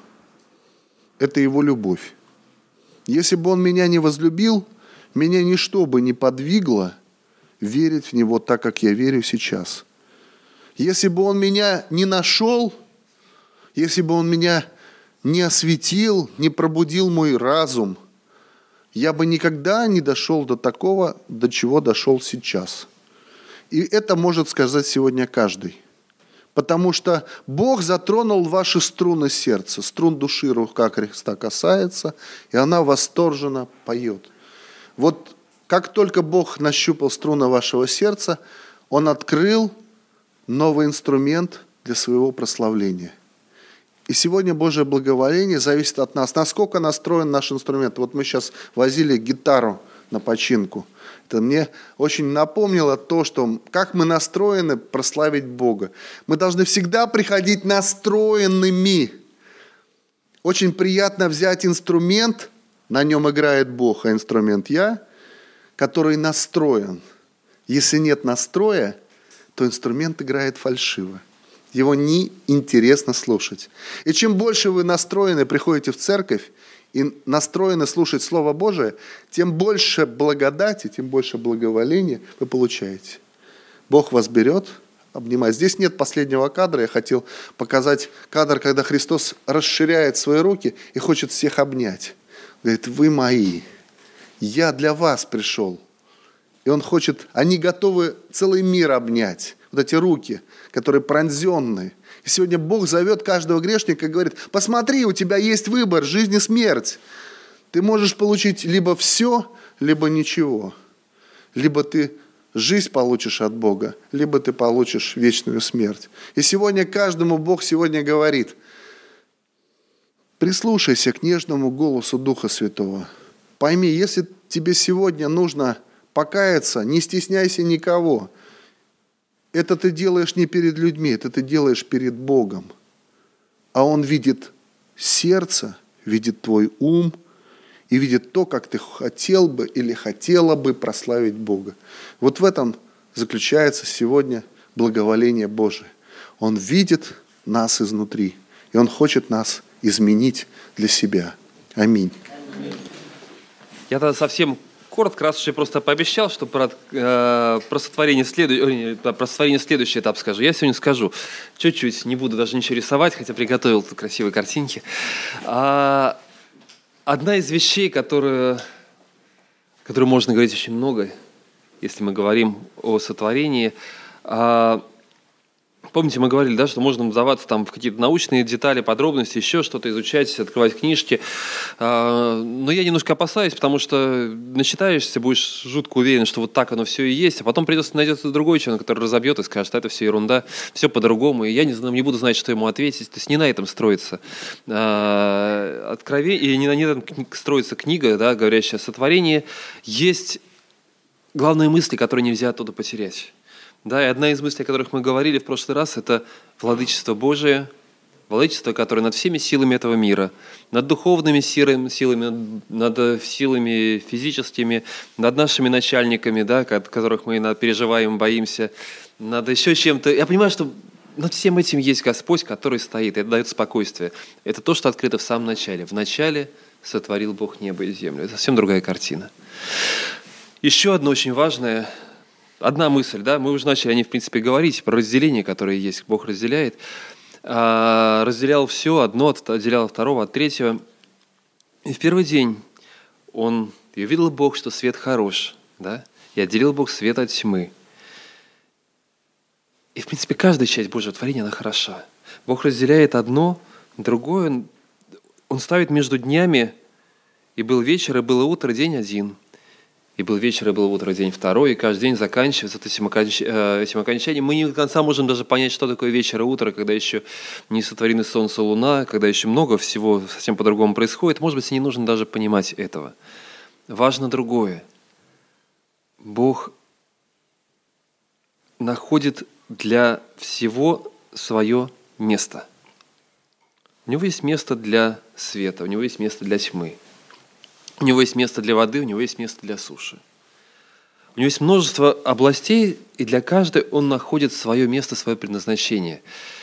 [SPEAKER 2] – это Его любовь. Если бы Он меня не возлюбил, меня ничто бы не подвигло верить в Него так, как я верю сейчас. Если бы Он меня не нашел, если бы Он меня не осветил, не пробудил мой разум, я бы никогда не дошел до такого, до чего дошел сейчас. И это может сказать сегодня каждый. Потому что Бог затронул ваши струны сердца, струн души рука Христа касается, и она восторженно поет. Вот как только Бог нащупал струны вашего сердца, Он открыл новый инструмент для своего прославления. И сегодня Божье благоволение зависит от нас. Насколько настроен наш инструмент. Вот мы сейчас возили гитару на починку. Это мне очень напомнило то, что как мы настроены прославить Бога. Мы должны всегда приходить настроенными. Очень приятно взять инструмент, на нем играет Бог, а инструмент я, который настроен. Если нет настроя, то инструмент играет фальшиво. Его неинтересно слушать. И чем больше вы настроены, приходите в церковь и настроены слушать Слово Божие, тем больше благодати, тем больше благоволения вы получаете. Бог вас берет, обнимает. Здесь нет последнего кадра. Я хотел показать кадр, когда Христос расширяет свои руки и хочет всех обнять. Говорит, вы мои, я для вас пришел. И Он хочет, они готовы целый мир обнять. Вот эти руки, которые пронзенные. И сегодня Бог зовет каждого грешника и говорит, посмотри, у тебя есть выбор, жизнь и смерть. Ты можешь получить либо все, либо ничего. Либо ты жизнь получишь от Бога, либо ты получишь вечную смерть. И сегодня каждому Бог сегодня говорит, прислушайся к нежному голосу Духа Святого. Пойми, если тебе сегодня нужно покаяться, не стесняйся никого. Это ты делаешь не перед людьми, это ты делаешь перед Богом. А Он видит сердце, видит твой ум и видит то, как ты хотел бы или хотела бы прославить Бога. Вот в этом заключается сегодня благоволение Божие. Он видит нас изнутри, и Он хочет нас изменить для себя. Аминь.
[SPEAKER 1] Я тогда совсем коротко, раз уж я просто пообещал, что про, э, про, сотворение следу... про сотворение следующий этап скажу. Я сегодня скажу чуть-чуть, не буду даже ничего рисовать, хотя приготовил тут красивые картинки. А, одна из вещей, которую, которую можно говорить очень много, если мы говорим о сотворении, а, помните, мы говорили, да, что можно вдаваться там в какие-то научные детали, подробности, еще что-то изучать, открывать книжки. Но я немножко опасаюсь, потому что начитаешься, будешь жутко уверен, что вот так оно все и есть, а потом придется найдется другой человек, который разобьет и скажет, это все ерунда, все по-другому, и я не знаю, не буду знать, что ему ответить. То есть не на этом строится откровение, и не на этом строится книга, да, говорящая о сотворении. Есть главные мысли, которые нельзя оттуда потерять. Да, и одна из мыслей, о которых мы говорили в прошлый раз, это владычество Божие, владычество, которое над всеми силами этого мира, над духовными силами, над силами физическими, над нашими начальниками, да, которых мы переживаем, боимся, над еще чем-то. Я понимаю, что над всем этим есть Господь, который стоит, и это дает спокойствие. Это то, что открыто в самом начале. В начале сотворил Бог небо и землю. Это совсем другая картина. Еще одно очень важное. Одна мысль, да, мы уже начали о ней, в принципе, говорить, про разделение, которое есть, Бог разделяет. А, разделял все, одно отделял от второго, от третьего. И в первый день он, и увидел Бог, что свет хорош, да, и отделил Бог свет от тьмы. И, в принципе, каждая часть Божьего творения, она хороша. Бог разделяет одно, другое, Он ставит между днями, и был вечер, и было утро, день один. И был вечер, и было утро, день второй, и каждый день заканчивается этим, оконч... этим окончанием. Мы не до конца можем даже понять, что такое вечер и утро, когда еще не сотворены солнце и луна, когда еще много всего совсем по-другому происходит. Может быть, не нужно даже понимать этого. Важно другое. Бог находит для всего свое место. У него есть место для света, у него есть место для тьмы. У него есть место для воды, у него есть место для суши. У него есть множество областей, и для каждой он находит свое место, свое предназначение.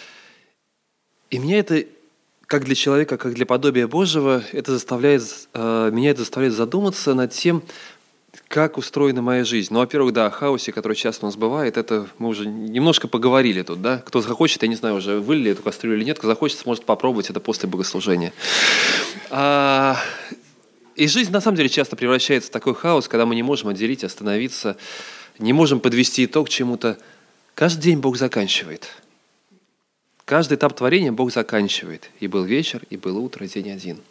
[SPEAKER 1] И меня это, как для человека, как для подобия Божьего, это заставляет, э, меня это заставляет задуматься над тем, как устроена моя жизнь. Ну, во-первых, да, о хаосе, который часто у нас бывает, это мы уже немножко поговорили тут, да. Кто захочет, я не знаю, уже вылили эту кастрюлю или нет, кто захочет, сможет попробовать это после богослужения. А, и жизнь, на самом деле, часто превращается в такой хаос, когда мы не можем отделить, остановиться, не можем подвести итог чему-то. Каждый день Бог заканчивает. Каждый этап творения Бог заканчивает. И был вечер, и было утро, день один.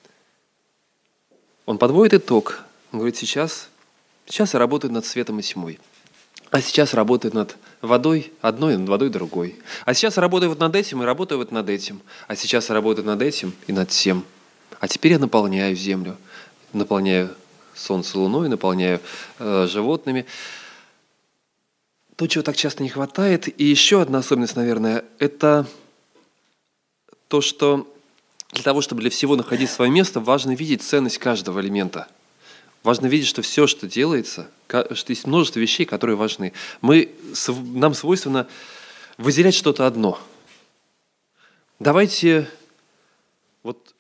[SPEAKER 1] Он подводит итог. Он говорит, сейчас... Сейчас я работаю над светом и тьмой. А сейчас работаю над водой одной и над водой другой. А сейчас я работаю вот над этим и работаю вот над этим. А сейчас я работаю над этим и над тем. А теперь я наполняю землю. Наполняю солнце луной, наполняю э, животными. То, чего так часто не хватает. И еще одна особенность, наверное, это то, что для того, чтобы для всего находить свое место, важно видеть ценность каждого элемента. Важно видеть, что все, что делается, что есть множество вещей, которые важны. Мы, нам свойственно выделять что-то одно. Давайте вот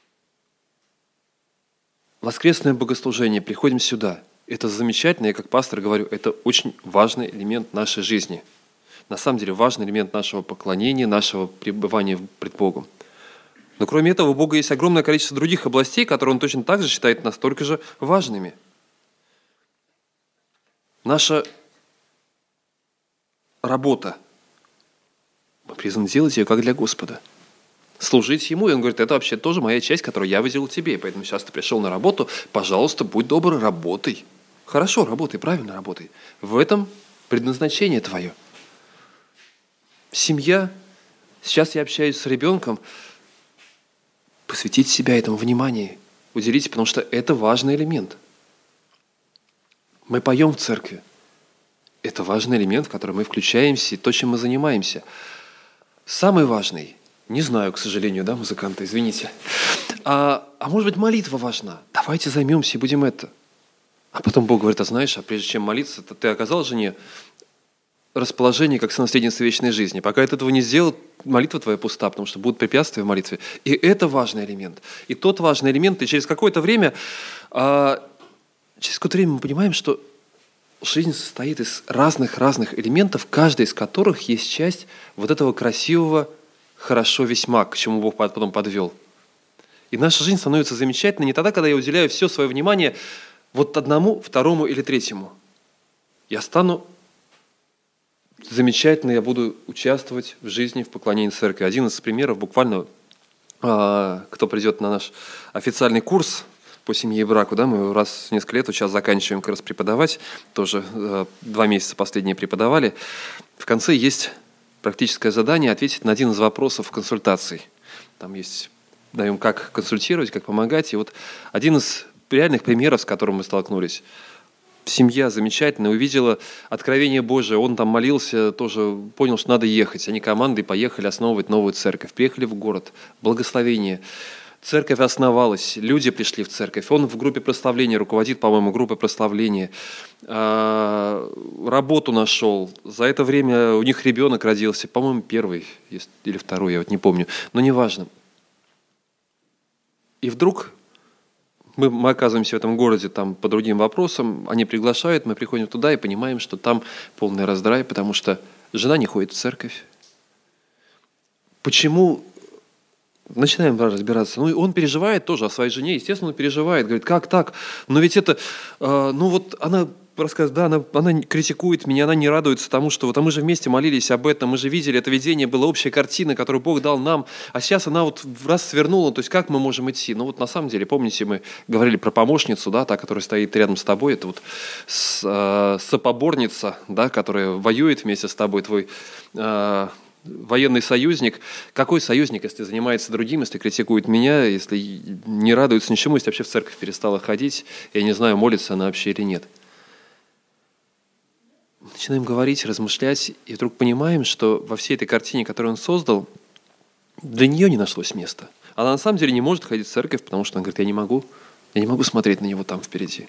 [SPEAKER 1] воскресное богослужение, приходим сюда. Это замечательно, я как пастор говорю, это очень важный элемент нашей жизни. На самом деле важный элемент нашего поклонения, нашего пребывания пред Богом. Но кроме этого, у Бога есть огромное количество других областей, которые Он точно так же считает настолько же важными. Наша работа, мы призваны делать ее как для Господа. Служить Ему, и Он говорит, это вообще тоже моя часть, которую я выделил тебе, и поэтому сейчас ты пришел на работу, пожалуйста, будь добр, работай. Хорошо, работай, правильно работай. В этом предназначение твое. Семья, сейчас я общаюсь с ребенком, посвятить себя этому внимание, уделите, потому что это важный элемент. Мы поем в церкви. Это важный элемент, в который мы включаемся, и то, чем мы занимаемся. Самый важный, не знаю, к сожалению, да, музыканты, извините. А, а может быть, молитва важна? Давайте займемся и будем это. А потом Бог говорит, а знаешь, а прежде чем молиться, то ты оказал жене расположение как сонаследница вечной жизни. Пока ты этого не сделал, молитва твоя пуста, потому что будут препятствия в молитве. И это важный элемент. И тот важный элемент, и через какое-то время... А, Через какое-то время мы понимаем, что жизнь состоит из разных-разных элементов, каждый из которых есть часть вот этого красивого, хорошо весьма, к чему Бог потом подвел. И наша жизнь становится замечательной не тогда, когда я уделяю все свое внимание вот одному, второму или третьему. Я стану замечательно, я буду участвовать в жизни, в поклонении церкви. Один из примеров буквально, кто придет на наш официальный курс по семье и браку, да, мы его раз в несколько лет, вот сейчас заканчиваем как раз преподавать, тоже э, два месяца последние преподавали. В конце есть практическое задание ответить на один из вопросов консультаций. Там есть, даем, как консультировать, как помогать. И вот один из реальных примеров, с которым мы столкнулись. Семья замечательная, увидела откровение Божие, он там молился, тоже понял, что надо ехать. Они командой поехали основывать новую церковь. Приехали в город, благословение. Церковь основалась, люди пришли в церковь. Он в группе прославления, руководит, по-моему, группой прославления. Работу нашел. За это время у них ребенок родился, по-моему, первый или второй, я вот не помню. Но неважно. И вдруг мы, мы оказываемся в этом городе там, по другим вопросам. Они приглашают, мы приходим туда и понимаем, что там полный раздрай, потому что жена не ходит в церковь. Почему? Начинаем разбираться. Ну, и он переживает тоже о своей жене, естественно, он переживает. Говорит, как так? Но ведь это, э, ну вот она рассказывает, да, она, она критикует меня, она не радуется тому, что вот а мы же вместе молились об этом, мы же видели, это видение было общая картина, которую Бог дал нам, а сейчас она вот раз свернула, то есть как мы можем идти? Ну вот на самом деле, помните, мы говорили про помощницу, да, та, которая стоит рядом с тобой, это вот с, э, сопоборница, да, которая воюет вместе с тобой, твой... Э, военный союзник. Какой союзник, если занимается другим, если критикует меня, если не радуется ничему, если вообще в церковь перестала ходить, я не знаю, молится она вообще или нет. начинаем говорить, размышлять, и вдруг понимаем, что во всей этой картине, которую он создал, для нее не нашлось места. Она на самом деле не может ходить в церковь, потому что она говорит, я не могу, я не могу смотреть на него там впереди.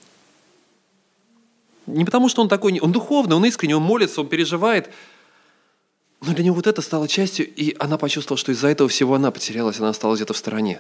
[SPEAKER 1] Не потому, что он такой, он духовный, он искренний, он молится, он переживает, но для него вот это стало частью, и она почувствовала, что из-за этого всего она потерялась, она осталась где-то в стороне.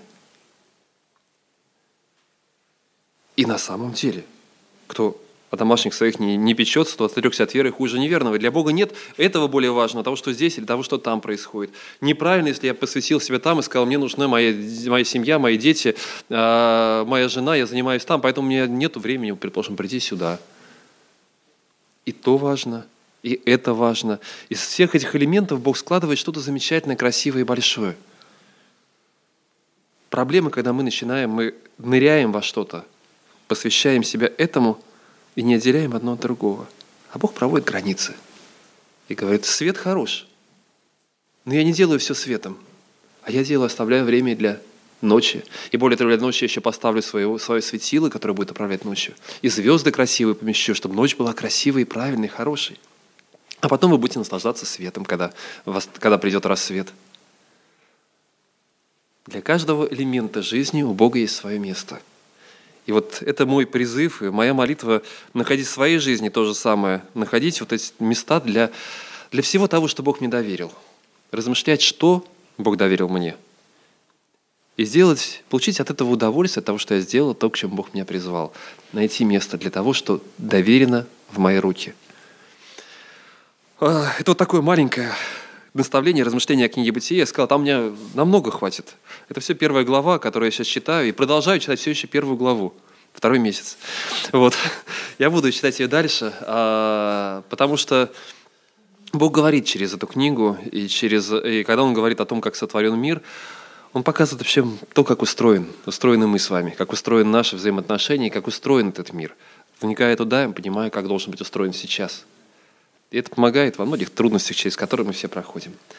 [SPEAKER 1] И на самом деле, кто о домашних своих не, не печется, то отрекся от веры хуже неверного. Для Бога нет этого более важного, того, что здесь или того, что там происходит. Неправильно, если я посвятил себя там и сказал, мне нужна моя, моя семья, мои дети, э, моя жена, я занимаюсь там, поэтому у меня нет времени, предположим, прийти сюда. И то важно, и это важно. Из всех этих элементов Бог складывает что-то замечательное, красивое и большое. Проблема, когда мы начинаем, мы ныряем во что-то, посвящаем себя этому и не отделяем одно от другого. А Бог проводит границы и говорит, свет хорош, но я не делаю все светом, а я делаю, оставляю время для ночи. И более того, для ночи я еще поставлю свое, свое светило, которое будет управлять ночью. И звезды красивые помещу, чтобы ночь была красивой, правильной, хорошей. А потом вы будете наслаждаться светом, когда, вас, когда придет рассвет. Для каждого элемента жизни у Бога есть свое место. И вот это мой призыв, и моя молитва находить в своей жизни то же самое, находить вот эти места для, для всего того, что Бог мне доверил. Размышлять, что Бог доверил мне. И сделать, получить от этого удовольствие, от того, что я сделал, то, к чему Бог меня призвал. Найти место для того, что доверено в мои руки. Это вот такое маленькое наставление, размышление о книге Бытия. Я сказал, там мне намного хватит. Это все первая глава, которую я сейчас читаю, и продолжаю читать все еще первую главу. Второй месяц. Вот. Я буду читать ее дальше, потому что Бог говорит через эту книгу, и, через, и когда Он говорит о том, как сотворен мир, Он показывает вообще то, как устроен, устроены мы с вами, как устроены наши взаимоотношения, как устроен этот мир. Вникая туда, я понимаю, как должен быть устроен сейчас. И это помогает во многих трудностях, через которые мы все проходим.